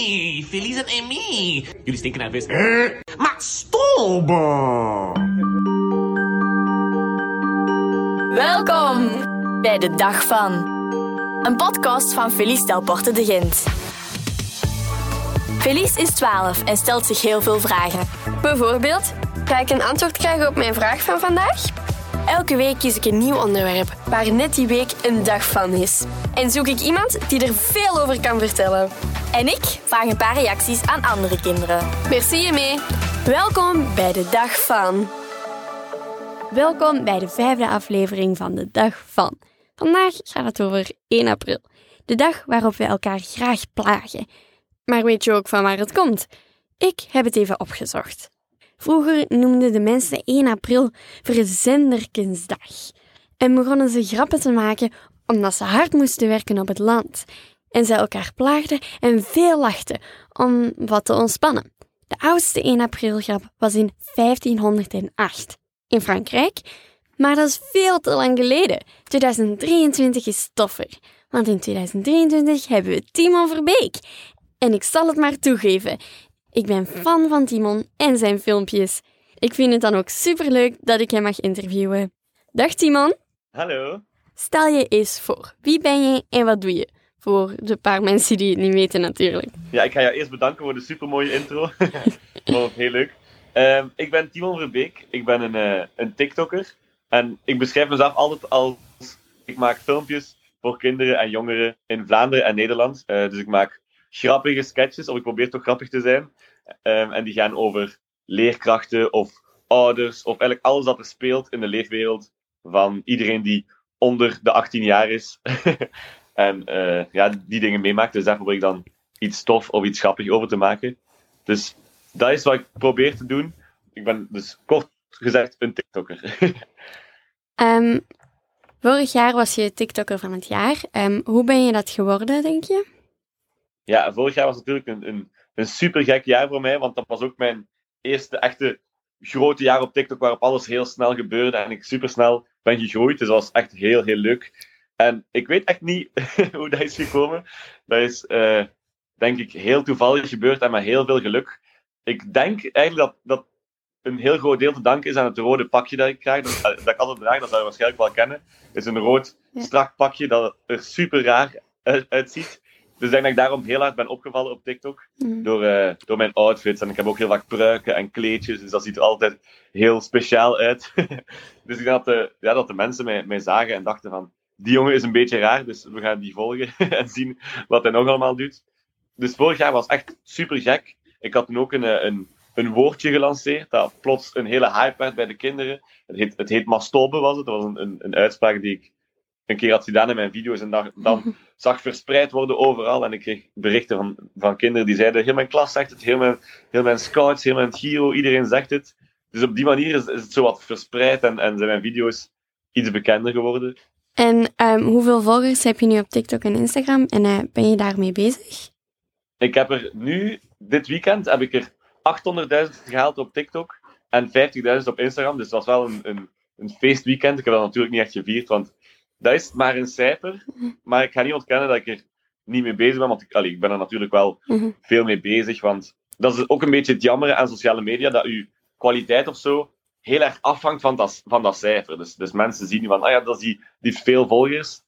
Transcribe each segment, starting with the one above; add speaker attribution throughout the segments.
Speaker 1: Amy! Feliz en Amy! Jullie stinken naar vis. Maar stop!
Speaker 2: Welkom bij de Dag van. Een podcast van Felice Delporte de Gent. Felice is 12 en stelt zich heel veel vragen. Bijvoorbeeld,
Speaker 3: ga ik een antwoord krijgen op mijn vraag van vandaag?
Speaker 2: elke week kies ik een nieuw onderwerp waar net die week een dag van is.
Speaker 3: En zoek ik iemand die er veel over kan vertellen.
Speaker 2: En ik vraag een paar reacties aan andere kinderen.
Speaker 3: Merci Aimee.
Speaker 2: Welkom bij de Dag van.
Speaker 4: Welkom bij de 5e aflevering van de Dag van. Vandaag gaat het over 1 april. De dag waarop we elkaar graag plagen. Maar weet je ook van waar het komt? Ik heb het even opgezocht. Vroeger noemden de mensen 1 april Verzenderkensdag. En begonnen ze grappen te maken omdat ze hard moesten werken op het land. En ze elkaar plaagden en veel lachten om wat te ontspannen. De oudste 1 april grap was in 1508 in Frankrijk. Maar dat is veel te lang geleden. 2023 is toffer. Want in 2023 hebben we Timon Verbeek. En ik zal het maar toegeven. Ik ben fan van Timon en zijn filmpjes. Ik vind het dan ook superleuk dat ik hem mag interviewen. Dag Timon.
Speaker 5: Hallo.
Speaker 4: Stel je eens voor. Wie ben je en wat doe je? Voor de paar mensen die het niet weten natuurlijk.
Speaker 5: Ja, ik ga jou eerst bedanken voor de supermooie intro. Oh, heel leuk. Ik ben Timon Verbeek. Ik ben een TikToker. En ik beschrijf mezelf altijd als... Ik maak filmpjes voor kinderen en jongeren in Vlaanderen en Nederland. Dus ik maak grappige sketches, of ik probeer toch grappig te zijn. En die gaan over leerkrachten of ouders, of eigenlijk alles dat er speelt in de leefwereld van iedereen die onder de 18 jaar is. En die dingen meemaakt. Dus daar probeer ik dan iets tof of iets grappig over te maken. Dus dat is wat ik probeer te doen. Ik ben dus kort gezegd een TikToker.
Speaker 4: Vorig jaar was je TikToker van het jaar. Hoe ben je dat geworden, denk je?
Speaker 5: Ja, vorig jaar was natuurlijk een super gek jaar voor mij, want dat was ook mijn eerste echte grote jaar op TikTok, waarop alles heel snel gebeurde en ik super snel ben gegroeid. Dus dat was echt heel, heel leuk. En ik weet echt niet hoe dat is gekomen. Dat is, denk ik, heel toevallig gebeurd en met heel veel geluk. Ik denk eigenlijk dat een heel groot deel te danken is aan het rode pakje dat ik krijg, dat ik altijd draag, dat zou je waarschijnlijk wel kennen. Het is een rood, strak pakje dat er super raar uitziet. Dus ik denk dat ik daarom heel hard ben opgevallen op TikTok. Door mijn outfits. En ik heb ook heel vaak pruiken en kleedjes. Dus dat ziet er altijd heel speciaal uit. Dus ik denk dat de mensen mij zagen en dachten van... Die jongen is een beetje raar, dus we gaan die volgen. En zien wat hij nog allemaal doet. Dus vorig jaar was echt super gek. Ik had toen ook een woordje gelanceerd. Dat plots een hele hype werd bij de kinderen. Het heet masturben was het. Dat was een uitspraak die ik een keer had gedaan in mijn video's en dan zag verspreid worden overal. En ik kreeg berichten van kinderen die zeiden, heel mijn klas zegt het, heel mijn scouts, heel mijn Giro, iedereen zegt het. Dus op die manier is het zo wat verspreid en zijn mijn video's iets bekender geworden.
Speaker 4: En hoeveel volgers heb je nu op TikTok en Instagram en ben je daarmee bezig?
Speaker 5: Ik heb er nu, dit weekend, heb ik er 800.000 gehaald op TikTok en 50.000 op Instagram. Dus dat was wel een feestweekend. Ik heb dat natuurlijk niet echt gevierd, want dat is maar een cijfer, maar ik ga niet ontkennen dat ik er niet mee bezig ben, want ik ben er natuurlijk wel veel mee bezig, want dat is ook een beetje het jammere aan sociale media, dat uw kwaliteit of zo heel erg afhangt van dat cijfer. Dus mensen zien van, dat is die heeft veel volgers.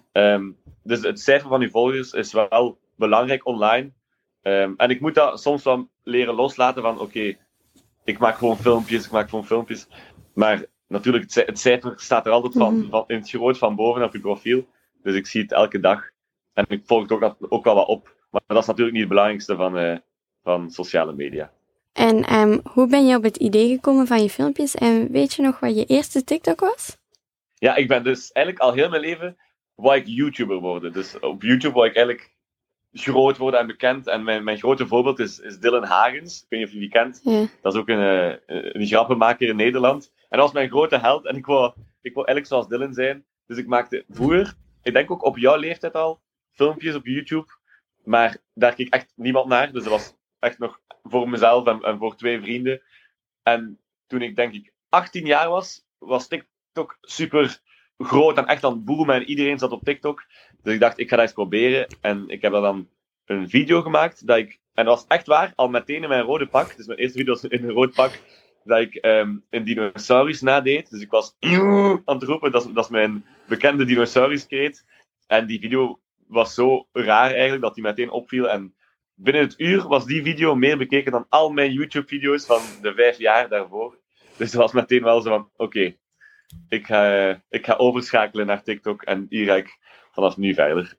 Speaker 5: Dus het cijfer van uw volgers is wel belangrijk online. En ik moet dat soms wel leren loslaten van, oké, ik maak gewoon filmpjes, maar... Natuurlijk, het cijfer staat er altijd van in het groot van boven op je profiel. Dus ik zie het elke dag. En ik volg het ook wel wat op. Maar dat is natuurlijk niet het belangrijkste van sociale media.
Speaker 4: En hoe ben je op het idee gekomen van je filmpjes? En weet je nog wat je eerste TikTok was?
Speaker 5: Ja, ik ben dus eigenlijk al heel mijn leven wou ik YouTuber worden. Dus op YouTube wou ik eigenlijk groot worden en bekend. En mijn grote voorbeeld is Dylan Hagens. Ik weet niet of je die kent.
Speaker 4: Ja.
Speaker 5: Dat is ook een grappenmaker in Nederland. En dat was mijn grote held. En ik wou eigenlijk zoals Dylan zijn. Dus ik maakte vroeger, ik denk ook op jouw leeftijd al, filmpjes op YouTube. Maar daar keek echt niemand naar. Dus dat was echt nog voor mezelf en voor 2 vrienden. En toen ik denk ik 18 jaar was TikTok super groot en echt aan het boomen. En iedereen zat op TikTok. Dus ik dacht, ik ga dat eens proberen. En ik heb dan een video gemaakt dat ik En dat was echt waar, al meteen in mijn rode pak. Dus mijn eerste video was in een rood pak. Dat ik een dinosaurus nadeed. Dus ik was aan het roepen. Dat is mijn bekende dinosauruskreet. En die video was zo raar eigenlijk, dat die meteen opviel. En binnen het uur was die video meer bekeken dan al mijn YouTube-video's van de 5 jaar daarvoor. Dus dat was meteen wel zo van, oké, ik ga overschakelen naar TikTok en hier ga ik vanaf nu verder.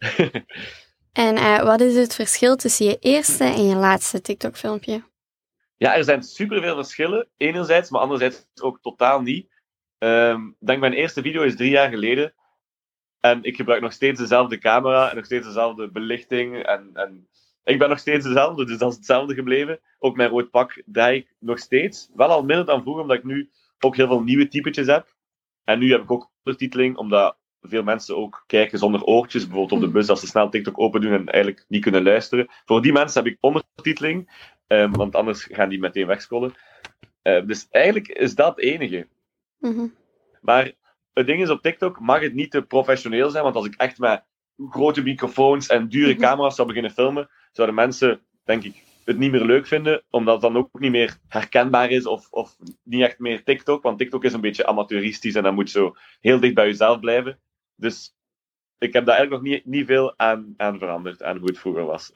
Speaker 4: En wat is het verschil tussen je eerste en je laatste TikTok-filmpje?
Speaker 5: Ja, er zijn superveel verschillen, enerzijds, maar anderzijds ook totaal niet. Ik denk mijn eerste video is 3 jaar geleden. En ik gebruik nog steeds dezelfde camera en nog steeds dezelfde belichting. En ik ben nog steeds dezelfde, dus dat is hetzelfde gebleven. Ook mijn rood pak draai ik nog steeds. Wel al minder dan vroeger, omdat ik nu ook heel veel nieuwe typetjes heb. En nu heb ik ook ondertiteling, omdat veel mensen ook kijken zonder oortjes. Bijvoorbeeld op de bus, als ze snel TikTok open doen en eigenlijk niet kunnen luisteren. Voor die mensen heb ik ondertiteling, want anders gaan die meteen wegscrollen. Dus eigenlijk is dat het enige.
Speaker 4: Mm-hmm.
Speaker 5: Maar het ding is, op TikTok mag het niet te professioneel zijn, want als ik echt met grote microfoons en dure camera's zou beginnen filmen, zouden mensen, denk ik, het niet meer leuk vinden, omdat het dan ook niet meer herkenbaar is of niet echt meer TikTok, want TikTok is een beetje amateuristisch en dan moet je zo heel dicht bij jezelf blijven. Dus ik heb daar eigenlijk nog niet veel aan veranderd, aan hoe het vroeger was.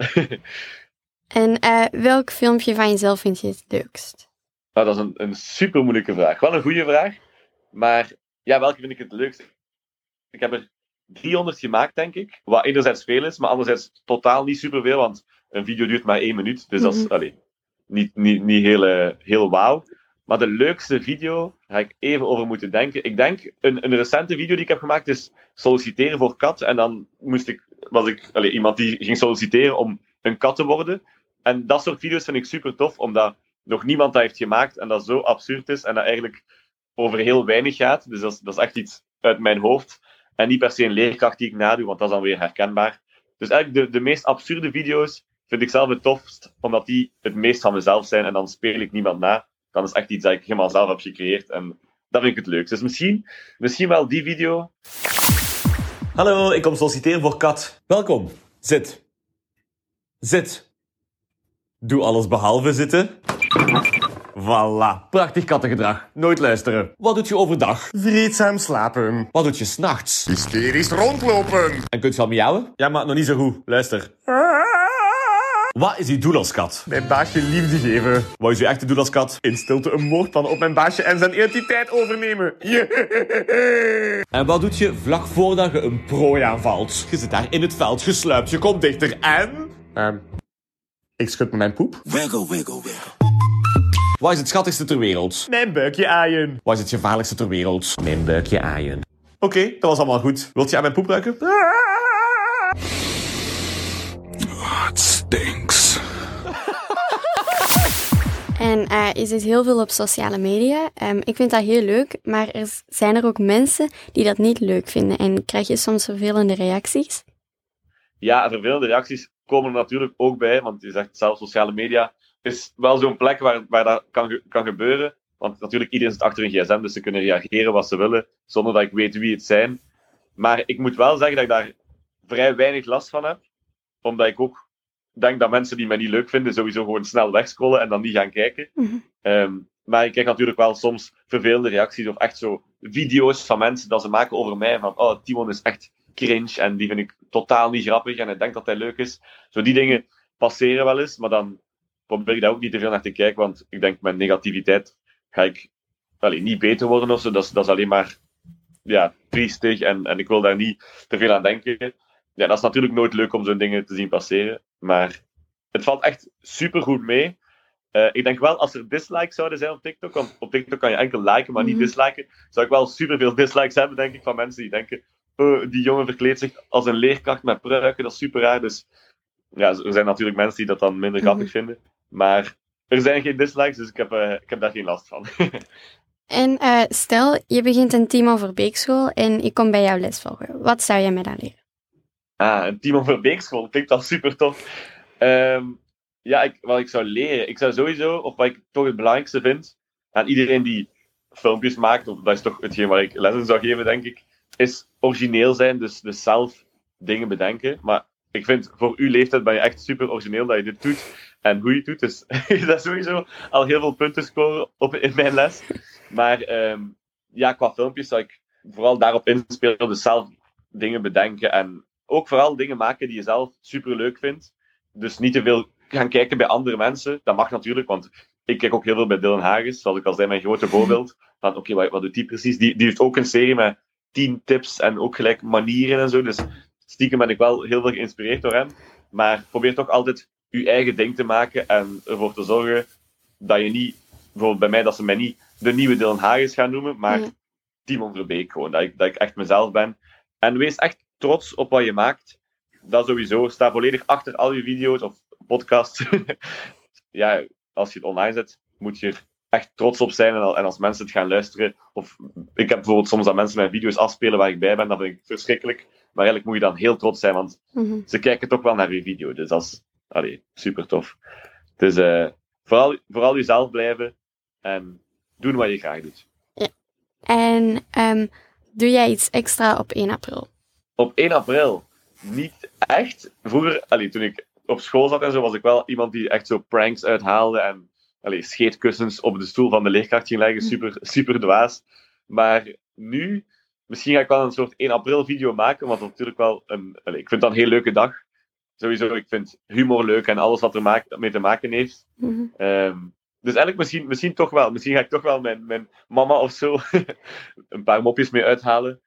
Speaker 4: En welk filmpje van jezelf vind je het leukst?
Speaker 5: Nou, dat is een super moeilijke vraag. Wel een goede vraag, maar ja, welke vind ik het leukste? Ik heb er 300 gemaakt, denk ik. Wat enerzijds veel is, maar anderzijds totaal niet superveel, want een video duurt maar 1 minuut. Dus dat is niet heel wauw. Maar de leukste video, daar ga ik even over moeten denken. Ik denk, een recente video die ik heb gemaakt is solliciteren voor kat. En dan was ik iemand die ging solliciteren om een kat te worden. En dat soort video's vind ik super tof, omdat nog niemand dat heeft gemaakt en dat zo absurd is en dat eigenlijk over heel weinig gaat. Dus dat is echt iets uit mijn hoofd. En niet per se een leerkracht die ik nadoe, want dat is dan weer herkenbaar. Dus eigenlijk de meest absurde video's vind ik zelf het tofst, omdat die het meest van mezelf zijn. En dan speel ik niemand na. Dan is echt iets dat ik helemaal zelf heb gecreëerd. En dat vind ik het leukst. Dus misschien wel die video.
Speaker 1: Hallo, ik kom solliciteren voor kat. Welkom. Zit. Zit. Doe alles behalve zitten. Voilà. Prachtig kattengedrag. Nooit luisteren. Wat doet je overdag?
Speaker 6: Vreedzaam slapen.
Speaker 1: Wat doet je 's nachts?
Speaker 6: Hysterisch rondlopen.
Speaker 1: En kunt je al miauwen? Ja, maar nog niet zo goed. Luister. Wat is uw doel als kat?
Speaker 6: Mijn baasje liefde geven.
Speaker 1: Wat is uw echte doel als kat?
Speaker 6: In stilte een moordplan op mijn baasje en zijn identiteit overnemen.
Speaker 1: En wat doet je vlak voordat je een prooi aanvalt? Je zit daar in het veld, je sluipt, je komt dichter en...
Speaker 6: Ik schud met mijn poep.
Speaker 1: Wiggle, wiggle, wiggle. Wat is het schattigste ter wereld?
Speaker 6: Mijn buikje aaien.
Speaker 1: Wat is het gevaarlijkste ter wereld? Mijn buikje aaien. Oké, dat was allemaal goed. Wilt je aan mijn poep ruiken?
Speaker 6: Het stinks.
Speaker 4: En je zit heel veel op sociale media. Ik vind dat heel leuk, maar zijn er ook mensen die dat niet leuk vinden? En krijg je soms vervelende reacties?
Speaker 5: Ja, vervelende reacties komen er natuurlijk ook bij, want je zegt zelf, sociale media is wel zo'n plek waar dat kan gebeuren. Want natuurlijk, iedereen zit achter een gsm, dus ze kunnen reageren wat ze willen, zonder dat ik weet wie het zijn. Maar ik moet wel zeggen dat ik daar vrij weinig last van heb, omdat ik ook denk dat mensen die mij niet leuk vinden, sowieso gewoon snel wegscrollen en dan niet gaan kijken. Maar ik krijg natuurlijk wel soms vervelende reacties, of echt zo video's van mensen dat ze maken over mij, van oh, Timon is echt cringe, en die vind ik totaal niet grappig, en ik denk dat hij leuk is. Zo die dingen passeren wel eens, maar dan probeer ik daar ook niet te veel naar te kijken, want ik denk, met negativiteit ga ik niet beter worden of zo. Dat is alleen maar triestig, en ik wil daar niet te veel aan denken. Ja, dat is natuurlijk nooit leuk om zo'n dingen te zien passeren, maar het valt echt supergoed mee. Ik denk wel, als er dislikes zouden zijn op TikTok, want op TikTok kan je enkel liken, maar niet disliken, zou ik wel superveel dislikes hebben, denk ik, van mensen die denken, oh, die jongen verkleedt zich als een leerkracht met pruiken, dat is super raar. Dus ja, er zijn natuurlijk mensen die dat dan minder grappig vinden. Maar er zijn geen dislikes, dus ik heb daar geen last van.
Speaker 4: En stel, je begint een Timon Verbeekschool en ik kom bij jou les volgen. Wat zou jij mij dan leren?
Speaker 5: Een Timon Verbeekschool, klinkt al super tof. Wat ik zou leren, ik zou sowieso, of wat ik toch het belangrijkste vind, aan iedereen die filmpjes maakt, of dat is toch hetgeen waar ik lessen zou geven, denk ik, is origineel zijn, dus zelf dingen bedenken. Maar ik vind, voor uw leeftijd ben je echt super origineel dat je dit doet. en hoe je het doet. Dus dat is sowieso al heel veel punten scoren in mijn les. Maar qua filmpjes zou ik vooral daarop inspelen. Dus zelf dingen bedenken. En ook vooral dingen maken die je zelf super leuk vindt. Dus niet te veel gaan kijken bij andere mensen. Dat mag natuurlijk, want ik kijk ook heel veel bij Dylan Hagens. Zoals ik al zei, mijn grote voorbeeld. Van oké, wat doet die precies? Die heeft ook een serie met 10 tips en ook gelijk manieren en zo. Dus stiekem ben ik wel heel veel geïnspireerd door hem. Maar probeer toch altijd je eigen ding te maken en ervoor te zorgen dat je niet, bijvoorbeeld bij mij, dat ze mij niet de nieuwe Dylan Hagens gaan noemen, maar Timon Verbeek gewoon. Dat ik echt mezelf ben. En wees echt trots op wat je maakt. Dat sowieso. Sta volledig achter al je video's of podcasts. Ja, als je het online zet, moet je er echt trots op zijn. En als mensen het gaan luisteren. Of ik heb bijvoorbeeld soms dat mensen mijn video's afspelen waar ik bij ben. Dat vind ik verschrikkelijk. Maar eigenlijk moet je dan heel trots zijn, want ze kijken toch wel naar je video. Dus dat is super tof. Dus vooral jezelf blijven en doen wat je graag doet.
Speaker 4: Ja. En doe jij iets extra op 1 april?
Speaker 5: Op 1 april? Niet echt. Vroeger, toen ik op school zat en zo, was ik wel iemand die echt zo pranks uithaalde en scheetkussens op de stoel van de leerkracht ging leggen. Super, super dwaas. Maar nu, misschien ga ik wel een soort 1 april video maken, want natuurlijk wel ik vind dat een heel leuke dag. Sowieso, ik vind humor leuk en alles wat er mee te maken heeft. Dus eigenlijk misschien toch wel. Misschien ga ik toch wel mijn mama of zo een paar mopjes mee uithalen.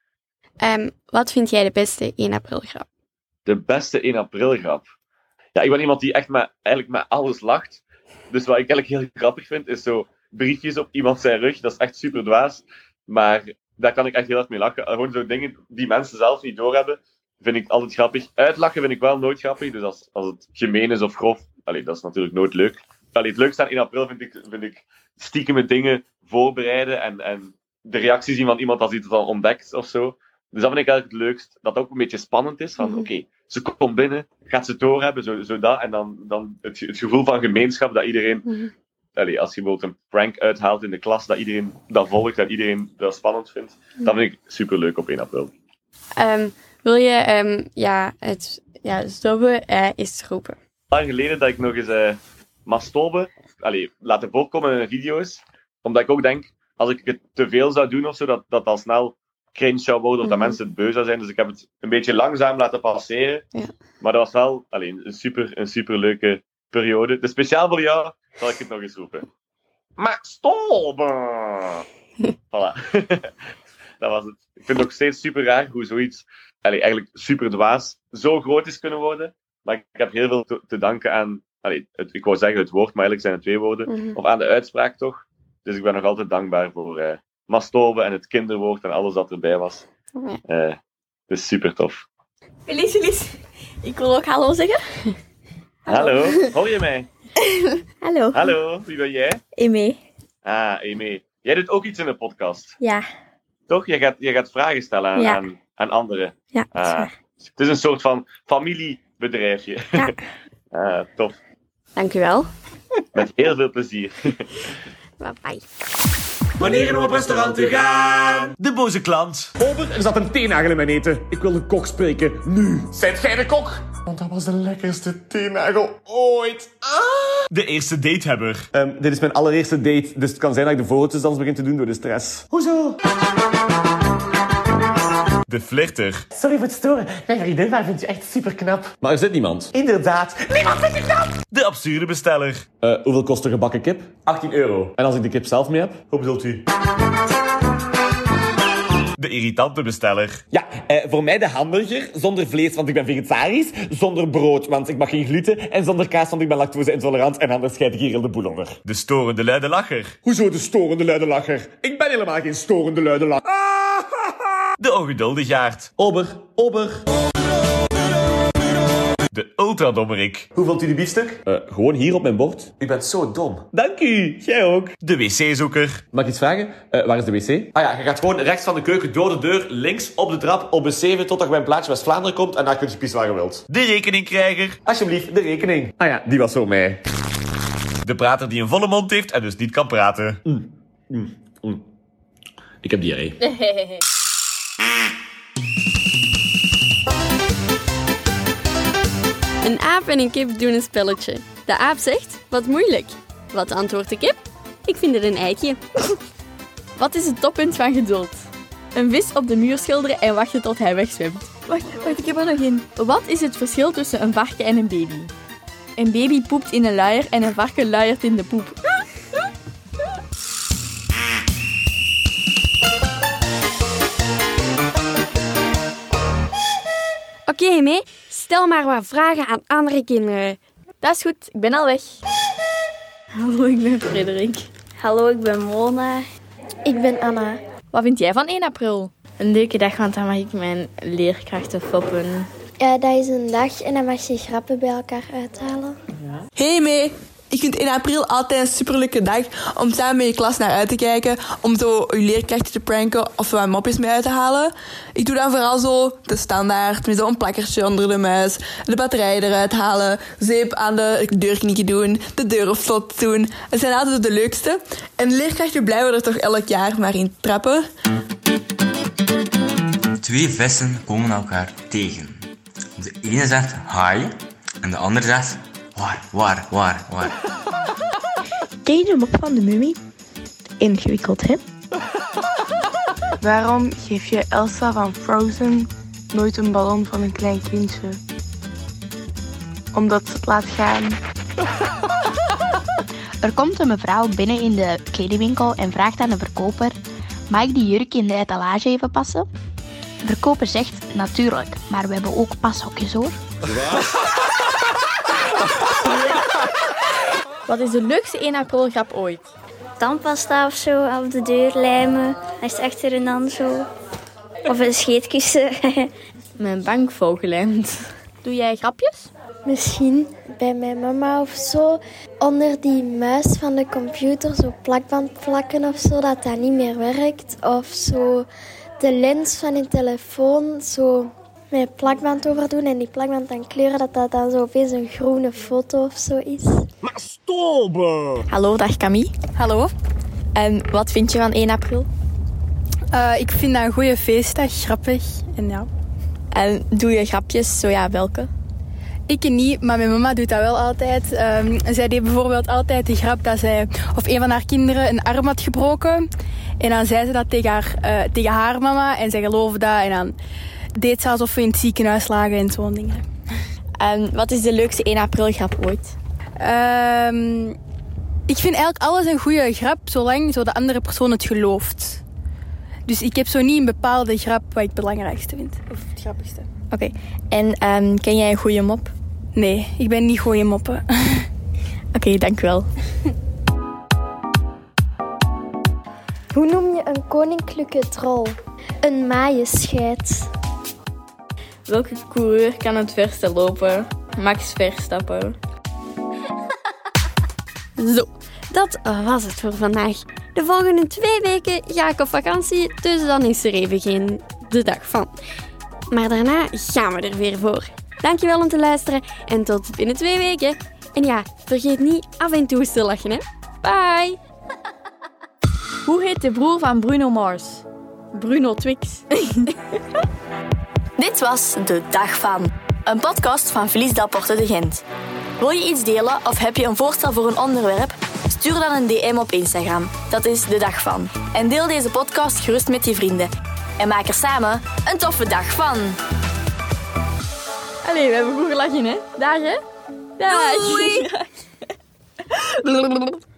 Speaker 4: Wat vind jij de beste 1 april grap?
Speaker 5: De beste 1 april grap? Ja, ik ben iemand die echt met alles lacht. Dus wat ik eigenlijk heel grappig vind, is zo briefjes op iemand zijn rug. Dat is echt super dwaas. Maar daar kan ik echt heel hard mee lachen. Gewoon zo dingen die mensen zelf niet doorhebben, vind ik altijd grappig. Uitlachen vind ik wel nooit grappig. Dus als het gemeen is of grof, dat is natuurlijk nooit leuk. Het leukste aan 1 april vind ik stiekeme dingen voorbereiden en de reactie zien van iemand als hij het dan ontdekt of zo. Dus dat vind ik eigenlijk het leukst. Dat het ook een beetje spannend is. Van oké, ze komt binnen, gaat ze het doorhebben, zo dat. En dan het gevoel van gemeenschap dat iedereen... als je bijvoorbeeld een prank uithaalt in de klas, dat iedereen dat volgt en iedereen dat spannend vindt. Dat vind ik super leuk op 1 april.
Speaker 4: Wil je het stobben eens roepen?
Speaker 5: Lang geleden dat ik nog eens mag stolpen, laten voorkomen in video's. Omdat ik ook denk, als ik het te veel zou doen of zo, dat al snel cringe zou worden of dat mensen het beu zouden zijn. Dus ik heb het een beetje langzaam laten passeren. Ja. Maar dat was wel een super leuke periode. Dus speciaal voor jou zal ik het nog eens roepen. Maar stolpen! Voilà. Dat was het. Ik vind het nog steeds super raar hoe zoiets eigenlijk super dwaas zo groot is kunnen worden. Maar ik heb heel veel te danken aan, ik wou zeggen het woord, maar eigenlijk zijn het 2 woorden. Of aan de uitspraak toch. Dus ik ben nog altijd dankbaar voor masturben en het kinderwoord en alles dat erbij was. Dus super tof.
Speaker 4: Felice, ik wil ook hallo zeggen.
Speaker 5: Hallo, hoor je mij?
Speaker 4: Hallo.
Speaker 5: Hallo, wie ben jij?
Speaker 4: Eme.
Speaker 5: Ah, Eme. Jij doet ook iets in de podcast.
Speaker 4: Ja.
Speaker 5: Toch? Je gaat vragen stellen aan anderen.
Speaker 4: Ja, dat is waar.
Speaker 5: Het is een soort van familiebedrijfje.
Speaker 4: Ja.
Speaker 5: Tof.
Speaker 4: Dank u wel.
Speaker 5: Met heel veel plezier.
Speaker 4: Bye.
Speaker 1: Wanneer om op restaurant te gaan? De boze klant.
Speaker 6: Ober, er zat een teennagel in mijn eten. Ik wil de kok spreken, nu. Zijt jij de kok? Want dat was de lekkerste teennagel ooit.
Speaker 1: De eerste datehebber.
Speaker 6: Dit is mijn allereerste date, dus het kan zijn dat ik de vogeltjesdans begin te doen door de stress. Hoezo?
Speaker 1: De flirter.
Speaker 6: Sorry voor het storen. Mijn vriendin vindt je echt super knap.
Speaker 1: Maar er zit niemand.
Speaker 6: Inderdaad. Niemand vindt je knap!
Speaker 1: De absurde besteller.
Speaker 6: Hoeveel kost een gebakken kip? €18. En als ik de kip zelf mee heb? Hoe bedoelt u?
Speaker 1: De irritante besteller.
Speaker 6: Ja, voor mij de hamburger zonder vlees, want ik ben vegetarisch. Zonder brood, want ik mag geen gluten. En zonder kaas, want ik ben lactose-intolerant. En anders scheid ik hier heel de boel onder.
Speaker 1: De storende luide lacher.
Speaker 6: Hoezo de storende luide lacher? Ik ben helemaal geen storende luide lacher.
Speaker 1: De ongeduldigaard.
Speaker 6: Ober.
Speaker 1: De ultradommerik.
Speaker 6: Hoe vult u die biefstuk? Gewoon hier op mijn bord. U bent zo dom. Dank u. Jij ook.
Speaker 1: De wc-zoeker.
Speaker 6: Mag ik iets vragen? Waar is de wc? Ah ja, je gaat gewoon rechts van de keuken door de deur, links op de trap, op B7, totdat je bij een plaatsje West-Vlaanderen komt en daar kun je pissen waar je wilt.
Speaker 1: De rekeningkrijger.
Speaker 6: Alsjeblieft, de rekening. Ah ja, die was voor mij.
Speaker 1: De prater die een volle mond heeft en dus niet kan praten.
Speaker 6: Ik heb diarree.
Speaker 4: Een aap en een kip doen een spelletje. De aap zegt, wat moeilijk. Wat antwoordt de kip? Ik vind het een eitje. Wat is het toppunt van geduld? Een vis op de muur schilderen en wachten tot hij wegzwemt. Wacht, ik heb er nog één. Wat is het verschil tussen een varken en een baby? Een baby poept in een luier en een varken luiert in de poep. Oké, mee. Stel maar wat vragen aan andere kinderen. Dat is goed, ik ben al weg. Hallo, ik ben Frederik.
Speaker 7: Hallo, ik ben Mona.
Speaker 8: Ik ben Anna.
Speaker 4: Wat vind jij van 1 april?
Speaker 7: Een leuke dag, want dan mag ik mijn leerkrachten foppen.
Speaker 8: Ja, dat is een dag en dan mag je grappen bij elkaar uithalen.
Speaker 9: Hey mee! Ik vind 1 april altijd een superleuke dag om samen met je klas naar uit te kijken, om zo je leerkrachten te pranken of wat mopjes mee uit te halen. Ik doe dan vooral zo de standaard, met zo'n plakkertje onder de muis, de batterij eruit halen, zeep aan de deurknieën doen, de deur op slot doen. Het zijn altijd de leukste. En de leerkrachten blijven er toch elk jaar maar in trappen.
Speaker 10: 2 vissen komen elkaar tegen. De ene zegt hi en de andere zegt waar.
Speaker 11: Ken je de mop van de mummie? Ingewikkeld, hè?
Speaker 12: Waarom geef je Elsa van Frozen nooit een ballon van een klein kindje? Omdat ze het laat gaan.
Speaker 13: Er komt een mevrouw binnen in de kledingwinkel en vraagt aan de verkoper: mag ik die jurk in de etalage even passen? De verkoper zegt: natuurlijk, maar we hebben ook pashokjes hoor.
Speaker 4: Wat is de leukste 1 april grap ooit?
Speaker 7: Tandpasta of zo op de deur lijmen. Hij is achter en dan zo. Of een scheetkussen.
Speaker 4: Mijn bank volgelijmd. Doe jij grapjes?
Speaker 8: Misschien bij mijn mama of zo. Onder die muis van de computer zo plakband plakken of zo, dat dat niet meer werkt. Of zo de lens van een telefoon zo met plakband overdoen en die plakband dan kleuren, dat dat dan zo opeens een groene foto of zo is.
Speaker 6: Maar stop!
Speaker 4: Hallo, dag Camille.
Speaker 14: Hallo.
Speaker 4: En wat vind je van 1 april?
Speaker 14: Ik vind dat een goede feestdag, grappig. En ja.
Speaker 4: En doe je grapjes? Zo ja, welke?
Speaker 14: Ik niet, maar mijn mama doet dat wel altijd. Zij deed bijvoorbeeld altijd de grap dat zij of een van haar kinderen een arm had gebroken. En dan zei ze dat tegen haar mama en zij geloofde dat. En dan deed ze alsof we in het ziekenhuis lagen en zo'n dingen.
Speaker 4: En wat is de leukste 1 april grap ooit?
Speaker 14: Ik vind eigenlijk alles een goede grap, zolang zo de andere persoon het gelooft. Dus ik heb zo niet een bepaalde grap wat ik het belangrijkste vind. Of het grappigste.
Speaker 4: Oké. En ken jij een goede mop?
Speaker 14: Nee, ik ben niet goeie moppen.
Speaker 4: Oké, dank u wel.
Speaker 8: Hoe noem je een koninklijke drol? Een maaienscheit.
Speaker 4: Welke coureur kan het verste lopen? Max Verstappen. Zo, dat was het voor vandaag. De volgende 2 weken ga ik op vakantie, dus dan is er even geen de dag van. Maar daarna gaan we er weer voor. Dankjewel om te luisteren en tot binnen 2 weken. En ja, vergeet niet af en toe eens te lachen, hè. Bye! Hoe heet de broer van Bruno Mars? Bruno Twix.
Speaker 2: Dit was De Dag Van, een podcast van Felice Delporte de Gent. Wil je iets delen of heb je een voorstel voor een onderwerp? Stuur dan een DM op Instagram. Dat is De Dag Van. En deel deze podcast gerust met je vrienden. En maak er samen een toffe dag van.
Speaker 4: Allee, we hebben goed gelachen, hè? Dag, hè? Dag!
Speaker 2: Doei!